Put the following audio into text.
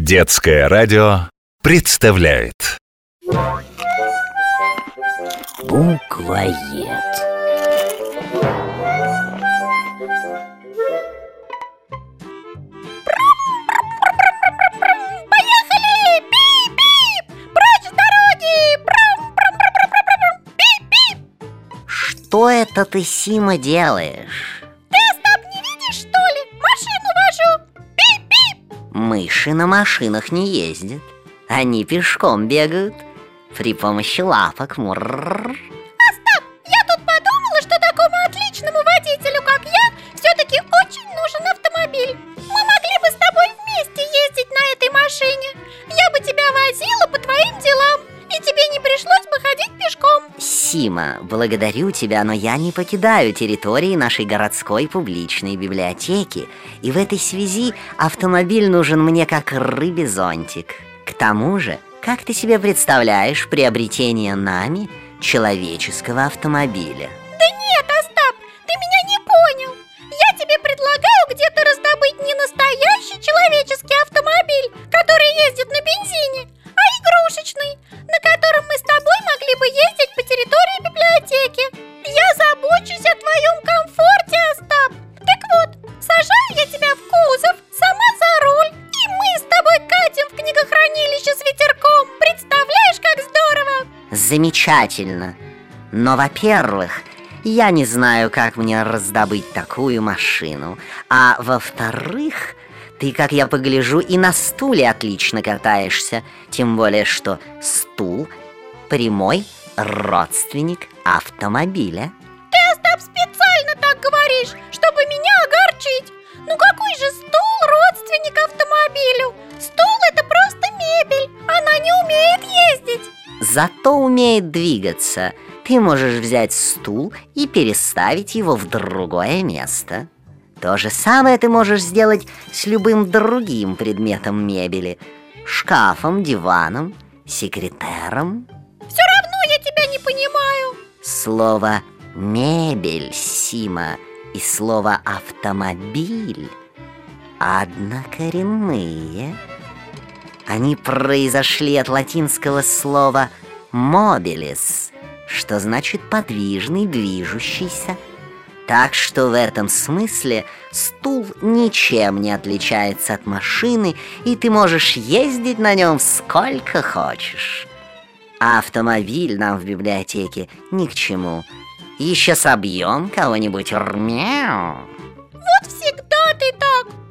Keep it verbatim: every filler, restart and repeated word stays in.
Детское радио представляет Буквоед. Поехали! Пип-пип! Прочь с дороги! Прам-прам-прам-прам-прам-прам! Пип-пип! Что это ты, Сима, делаешь? Ты, Остап, не видишь, что ли? Машину вожу! Пип-пип! Мыши на машинах не ездят. Они пешком бегают при помощи лапок. Мурр. Остап, я тут подумала, что такому отличному водителю, как я, все-таки очень нужен автомобиль. Мы могли бы с тобой вместе ездить на этой машине. Я бы тебя возила по твоим делам, и тебе не пришлось бы ходить пешком. Сима, благодарю тебя, но я не покидаю территории нашей городской публичной библиотеки. И в этой связи автомобиль нужен мне как рыбе зонтик. К тому же, как ты себе представляешь приобретение нами человеческого автомобиля? Да нет, Остап, ты меня не понял. Я тебе предлагаю где-то раздобыть не настоящий человеческий автомобиль, который ездит на бензине, а игрушечный, на котором мы с тобой могли бы ездить по территории библиотеки. Я забочусь о твоем комфорте, Остап. Так вот, сажаю я тебя в кузов, сама за руль, и мы с тобой катим в книгохранилище с ветерком. Представляешь, как здорово? Замечательно. Но, во-первых, я не знаю, как мне раздобыть такую машину. А во-вторых, ты, как я погляжу, и на стуле отлично катаешься. Тем более, что стул – прямой родственник автомобиля. Ты, Остап, специально так говоришь, чтобы меня огорчить. Ну какой же стул родственник автомобилю? Стул – это просто мебель, она не умеет ездить. Зато умеет двигаться. Ты можешь взять стул и переставить его в другое место. То же самое ты можешь сделать с любым другим предметом мебели: шкафом, диваном, секретером. Все равно я тебя не понимаю. Слово «мебель», Сима, и слово «автомобиль» однокоренные. Они произошли от латинского слова «mobilis», что значит «подвижный, движущийся». Так что в этом смысле стул ничем не отличается от машины, и ты можешь ездить на нем сколько хочешь. А автомобиль нам в библиотеке ни к чему. Еще собьем кого-нибудь. Мяу. Вот всегда ты так.